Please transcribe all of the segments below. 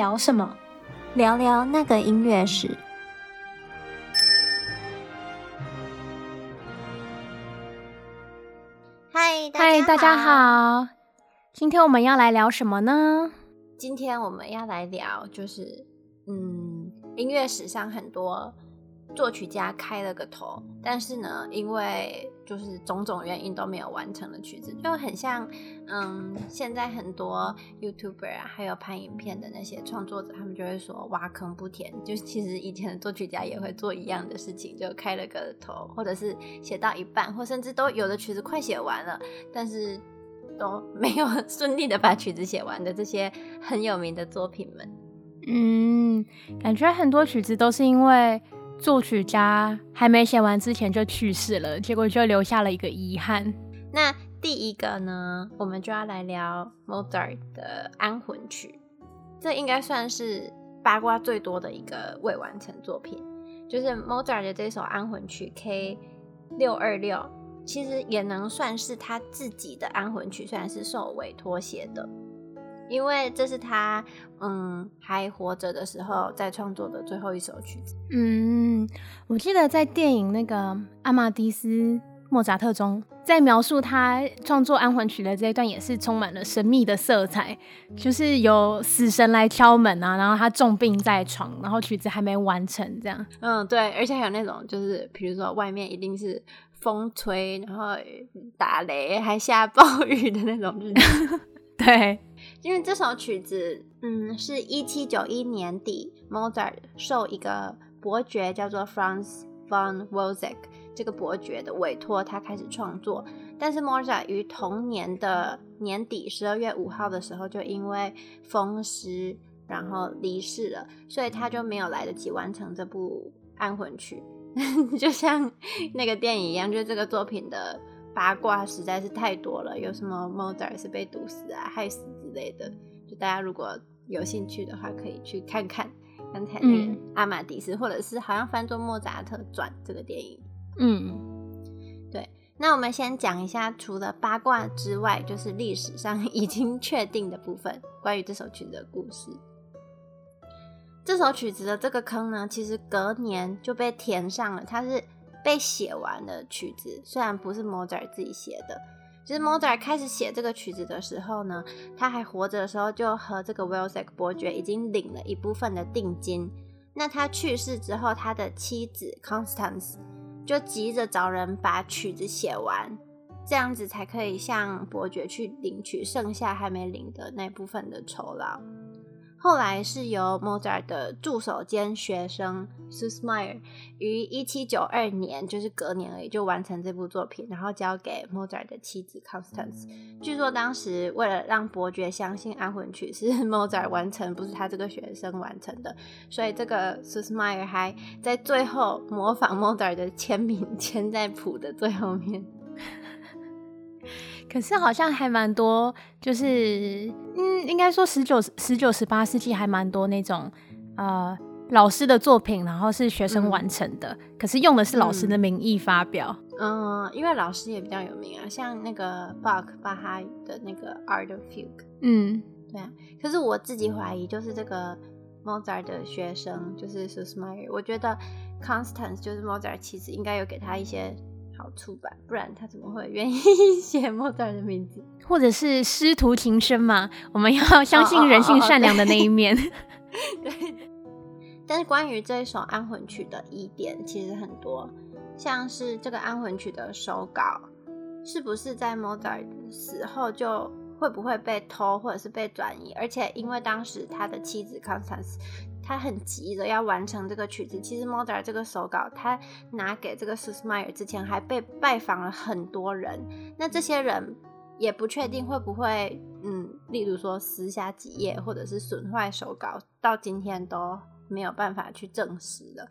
聊什么？ 聊聊那个音乐史。嗨， 大家好。今天我们要来聊什么呢？ 今天我们要来聊就是音乐史上很多作曲家开了个头，但是呢因为就是种种原因都没有完成的曲子，就很像现在很多 YouTuber 啊还有拍影片的那些创作者，他们就会说挖坑不填，就是其实以前的作曲家也会做一样的事情，就开了个头，或者是写到一半，或甚至都有的曲子快写完了，但是都没有顺利的把曲子写完的这些很有名的作品们。 感觉很多曲子都是因为作曲家还没写完之前就去世了，结果就留下了一个遗憾。 那第一个呢，我们就要来聊 Mozart 的安魂曲，这应该算是八卦最多的一个未完成作品，就是 Mozart 的这首安魂曲 K626， 其实也能算是他自己的安魂曲，虽然是受委托写的，因为这是他还活着的时候在创作的最后一首曲子。 我记得在电影那个阿玛迪斯莫扎特中，在描述他创作安魂曲的这一段也是充满了神秘的色彩，就是有死神来敲门啊，然后他重病在床，然后曲子还没完成这样。 对，而且还有那种就是比如说外面一定是风吹，然后打雷还下暴雨的那种日子。 对， 因为这首曲子是1791年底 Mozart 受一个伯爵叫做 Franz von Wolzek 这个伯爵的委托，他开始创作，但是 Mozart 于同年的年底12月5号的时候就因为风湿然后离世了，所以他就没有来得及完成这部安魂曲。就像那个电影一样，就是这个作品的八卦实在是太多了，有什么 Mozart 是被毒死啊害死之类的，就大家如果有兴趣的话可以去看看刚才那个阿玛迪斯，或者是好像翻作莫扎特传这个电影。对，那我们先讲一下除了八卦之外，就是历史上已经确定的部分，关于这首曲子的故事。这首曲子的这个坑呢，其实隔年就被填上了，它是被写完的曲子，虽然不是 Mozart 自己写的。就是 Mozart 开始写这个曲子的时候呢，他还活着的时候就和这个 Wolzek 伯爵已经领了一部分的定金。那他去世之后，他的妻子 Constance 就急着找人把曲子写完，这样子才可以向伯爵去领取剩下还没领的那部分的酬劳。后来是由 Mozart 的助手兼学生 Süssmayr 于1792年，就是隔年而已就完成这部作品，然后交给 Mozart 的妻子 Constance。 据说当时为了让伯爵相信安魂曲是 Mozart 完成，不是他这个学生完成的，所以这个 Süssmayr 还在最后模仿 Mozart 的签名签在谱的最后面。 可是好像还蛮多，就是应该说19、18世纪还蛮多那种老师的作品，然后是学生完成的，可是用的是老师的名义发表。 因为老师也比较有名啊，像那个巴哈的那个 Art of Fugue。对啊。可是我自己怀疑，就是这个 Mozart 的学生就是 Süssmayr， 我觉得 Constance 就是 Mozart 其实应该有给他一些好处吧，不然他怎么会愿意写 Mozart 的名字？ 或者是师徒情深嘛，我们要相信人性善良的那一面。 对。但是关于这一首安魂曲的疑点其实很多，像是这个安魂曲的手稿是不是在 Mozart 死后就会不会被偷或者是被转移，而且因为当时他的妻子 Constance 他很急着要完成这个曲子，其实 Mozart 这个手稿他拿给这个 Süssmayr 之前还被拜访了很多人，那这些人也不确定会不会例如说撕下几页或者是损坏手稿，到今天都没有办法去证实了。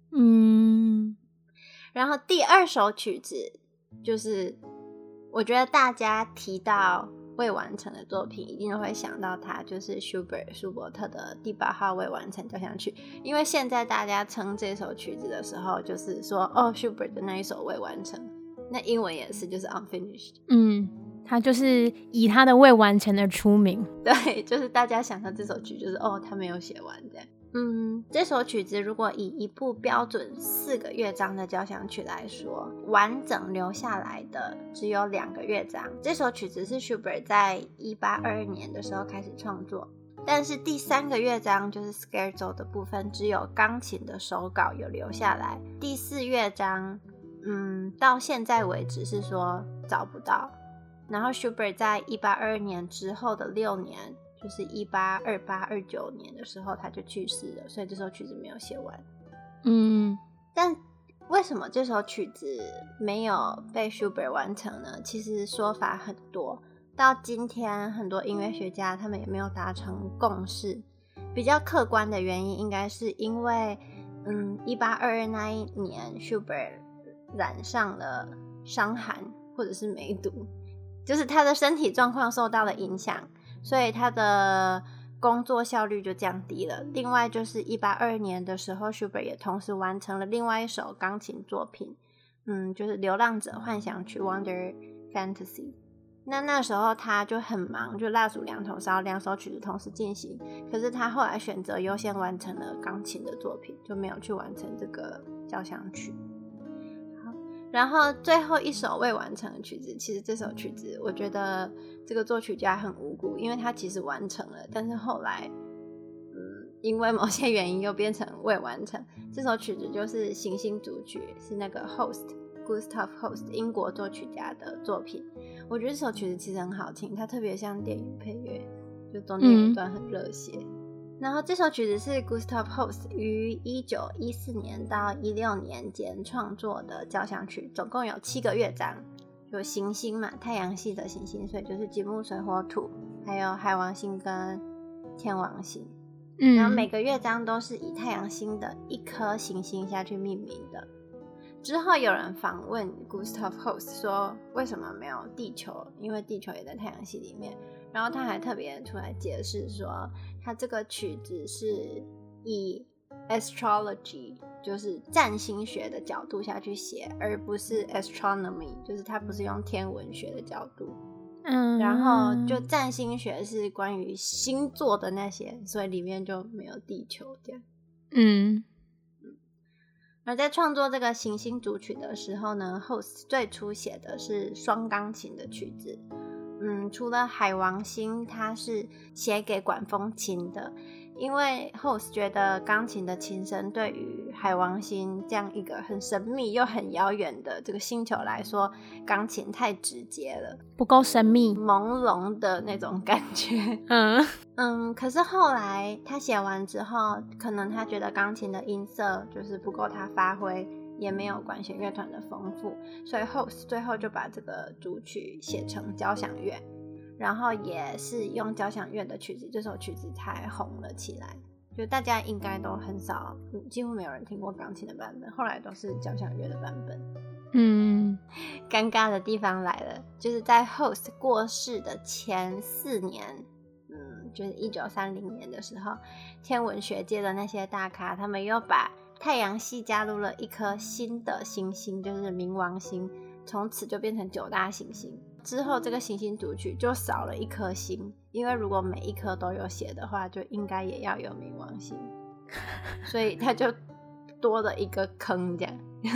然后第二首曲子就是我觉得大家提到未完成的作品一定会想到它，就是舒伯特的第8号未完成交响曲，因为现在大家称这首曲子的时候就是说舒伯的那一首未完成，那英文也是就是 unfinished。 他就是以他的未完成而出名。 对，就是大家想到这首曲就是他没有写完这样。这首曲子如果以一部标准4个乐章的交响曲来说，完整留下来的只有2个乐章。这首曲子是 Schubert 在1822年的时候开始创作，但是第3个乐章就是 Scherzo 的部分只有钢琴的手稿有留下来，第4乐章到现在为止是说找不到。然后 Schubert 在1822年之后的6年，就是1828、29年的时候他就去世了，所以这首曲子没有写完。但为什么这首曲子没有被 Schubert 完成呢？其实说法很多，到今天很多音乐学家他们也没有达成共识。比较客观的原因应该是因为1822那一年 Schubert 染上了伤寒或者是梅毒，就是他的身体状况受到了影响，所以他的工作效率就降低了。另外就是1822年的时候 Schubert 也同时完成了另外一首钢琴作品，就是流浪者幻想曲 Wander Fantasy。 那时候他就很忙，就蜡烛两头烧，2首曲子同时进行，可是他后来选择优先完成了钢琴的作品，就没有去完成这个交响曲。然后最后一首未完成的曲子，其实这首曲子我觉得这个作曲家很无辜，因为他其实完成了，但是后来因为某些原因又变成未完成。这首曲子就是行星组曲，是那个 Gustav Holst 英国作曲家的作品。我觉得这首曲子其实很好听，它特别像电影配乐，就中间有一段很热血。然后这首曲子是 Gustav Holst 于1914年到16年间创作的交响曲，总共有7个乐章，有行星嘛，太阳系的行星，所以就是金木水火土，还有海王星跟天王星。然后每个乐章都是以太阳星的一颗行星下去命名的。之后有人访问 Gustav Holst 说为什么没有地球，因为地球也在太阳系里面，然后他还特别出来解释说他这个曲子是以 astrology 就是占星学的角度下去写，而不是 astronomy 就是他不是用天文学的角度。然后就占星学是关于星座的那些，所以里面就没有地球这样。而在创作这个行星组曲的时候呢， Holst 最初写的是双钢琴的曲子。除了海王星他是写给管风琴的，因为 Holst 觉得钢琴的琴声对于海王星这样一个很神秘又很遥远的这个星球来说，钢琴太直接了， 不够神秘朦胧的那种感觉。可是后来他写完之后，可能他觉得钢琴的音色就是不够他发挥，也没有管弦乐团的丰富，所以 Holst 最后就把这个主曲写成交响乐，然后也是用交响乐的曲子，这首曲子才红了起来。就大家应该都很少，几乎没有人听过钢琴的版本，后来都是交响乐的版本。尴尬的地方来了，就是在 Holst 过世的前4年，就是1930年的时候，天文学界的那些大咖，他们又把太阳系加入了一颗新的行星，就是冥王星，从此就变成9大行星。之后这个行星组曲就少了一颗星，因为如果每一颗都有写的话，就应该也要有冥王星，所以它就多了一个坑这样。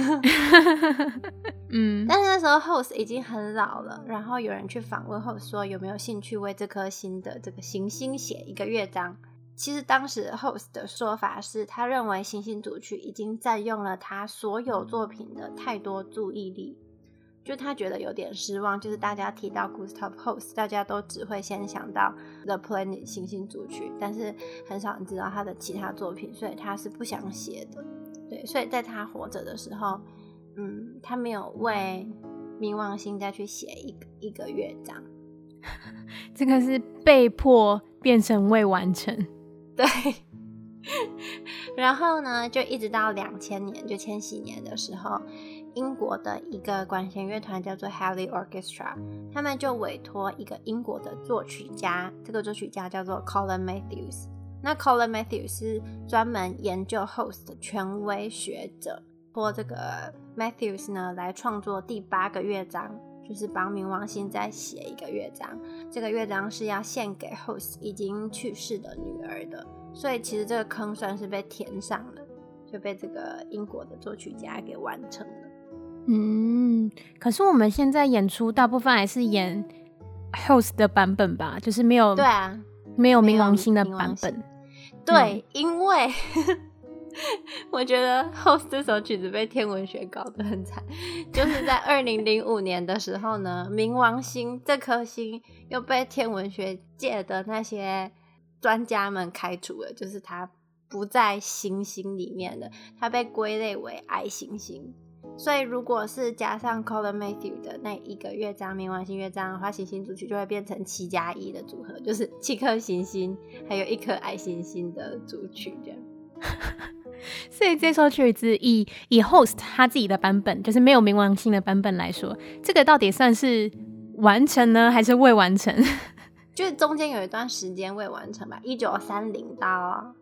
但是那时候 Holst 已经很老了，然后有人去访问 Holst 说有没有兴趣为这颗星的这个行星写一个乐章。其实当时 Holst 的说法是他认为行星组曲已经占用了他所有作品的太多注意力，就他觉得有点失望，就是大家提到 Gustav Holst 大家都只会先想到 The Planet 行星组曲，但是很少人知道他的其他作品，所以他是不想写的。对，所以在他活着的时候他没有为冥王星再去写一个乐章。 这个是被迫变成未完成。 对。然后呢就一直到2000年，就千禧年的时候，英国的一个管弦乐团叫做 Halley Orchestra， 他们就委托一个英国的作曲家，这个作曲家叫做 Colin Matthews。 那 Colin Matthews 是专门研究 Holst 的权威学者，托这个 Matthews 呢来创作第8个乐章， 就是帮冥王星再写一个乐章，这个乐章是要献给 host 已经去世的女儿的，所以其实这个坑算是被填上了，就被这个英国的作曲家给完成了。 可是我们现在演出大部分还是演 host 的版本吧，就是没有， 对啊， 没有冥王星的版本。 对，因为我觉得 host 这首曲子被天文学搞得很惨，就是在2005年的时候呢，冥王星这颗星又被天文学界的那些专家们开除了，就是它不在行星里面的，它被归类为矮行星。所以如果是加上 Colin Matthey 的那一个乐章冥王星乐章的话，行星组曲就会变成7+1的组合，就是7颗行星还有1颗矮行星的组曲这样。 所以这首曲子以 host 他自己的版本，就是没有冥王星的版本来说，这个到底算是完成呢还是未完成？ 就是中间有一段时间未完成吧，1930到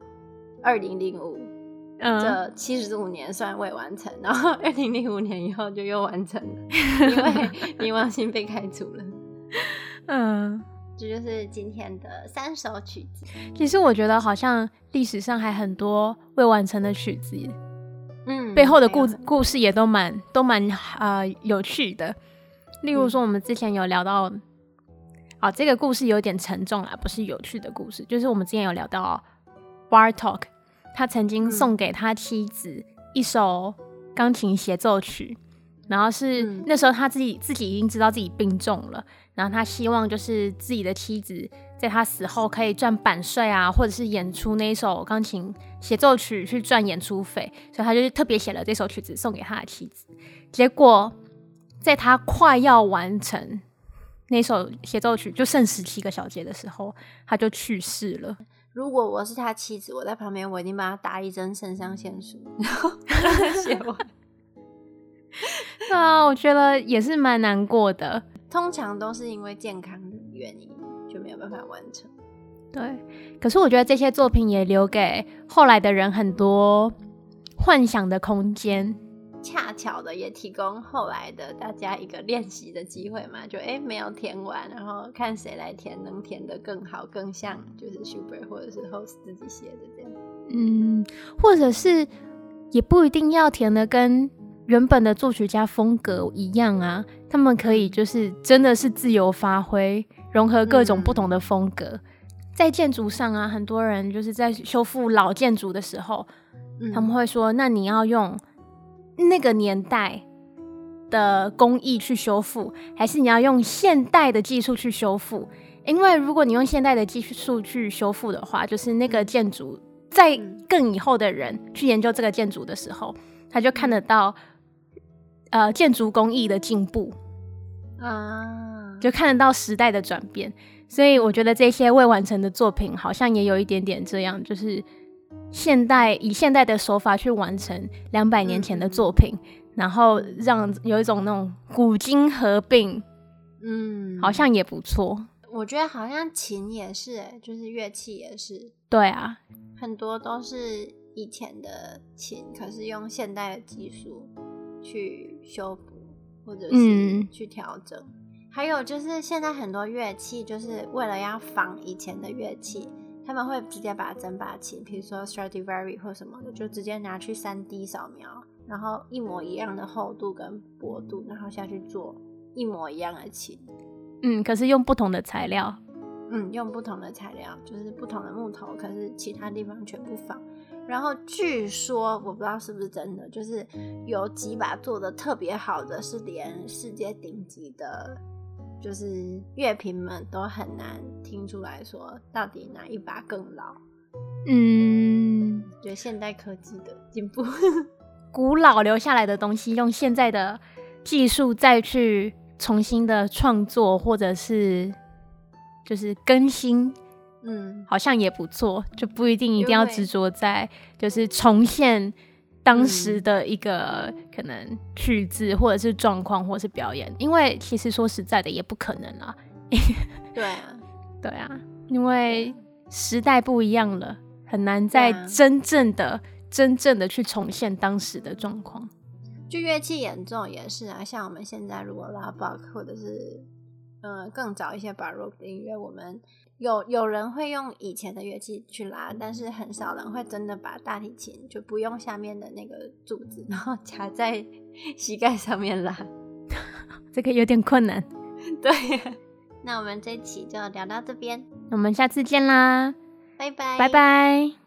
2005这75年算未完成，然后2005年以后就又完成了，因为冥王星被开除了。这就是今天的3首曲子。 其实我觉得好像历史上还很多未完成的曲子，背后的故事也都蛮有趣的。例如说我们之前有聊到，这个故事有点沉重啦，不是有趣的故事，就是我们之前有聊到 Bartók， 他曾经送给他妻子一首钢琴协奏曲，然后是那时候他自己已经知道自己病重了，然后他希望就是自己的妻子在他死后可以赚版税啊，或者是演出那一首钢琴协奏曲去赚演出费，所以他就特别写了这首曲子送给他的妻子。结果在他快要完成那首协奏曲就剩17个小节的时候，他就去世了。 如果我是他妻子，我在旁边，我一定帮他打一针肾上腺素，然后让他写完。 我觉得也是蛮难过的。 通常都是因为健康的原因就没有办法完成。 对，可是我觉得这些作品也留给后来的人很多幻想的空间， 恰巧的也提供后来的大家一个练习的机会嘛，就没有填完，然后看谁来填，能填得更好更像就是 Schubert 或者是 Holst 自己写的这样。 或者是也不一定要填的跟原本的作曲家风格一样啊，他们可以就是真的是自由发挥，融合各种不同的风格。在建筑上啊，很多人就是在修复老建筑的时候，他们会说那你要用那个年代的工艺去修复，还是你要用现代的技术去修复？因为如果你用现代的技术去修复的话，就是那个建筑在更以后的人去研究这个建筑的时候，他就看得到建筑工艺的进步就看得到时代的转变。所以我觉得这些未完成的作品好像也有一点点这样，就是以现代的手法去完成200年前的作品，然后让有一种那种古今合并，好像也不错。 我觉得好像琴也是就是乐器也是。 对啊， 很多都是以前的琴，可是用现代的技术去修补或者是去调整。还有就是现在很多乐器就是为了要仿以前的乐器，他们会直接把整把琴，比如说 Stradivari 或什么的，就直接拿去 3D 扫描，然后一模一样的厚度跟薄度，然后下去做一模一样的琴。 可是用不同的材料。 用不同的材料，就是不同的木头，可是其他地方全部仿。然后据说我不知道是不是真的，就是有几把做的特别好的，是连世界顶级的就是乐评们都很难听出来说到底哪一把更老。觉得现代科技的进步古老留下来的东西用现在的技术再去重新的创作或者是就是更新，好像也不错，就不一定要执着在就是重现当时的一个可能曲子或者是状况或者是表演，因为其实说实在的也不可能啦。对啊，因为时代不一样了，很难再真正的去重现当时的状况。 就乐器演奏也是啊，像我们现在如果拉 Bach 或者是更早一些 Baroque 的音乐，我们有人会用以前的乐器去拉，但是很少人会真的把大提琴就不用下面的那个柱子，然后夹在膝盖上面拉。 这个有点困难。 对，那我们这期就聊到这边， 我们下次见啦， 拜拜， 拜拜。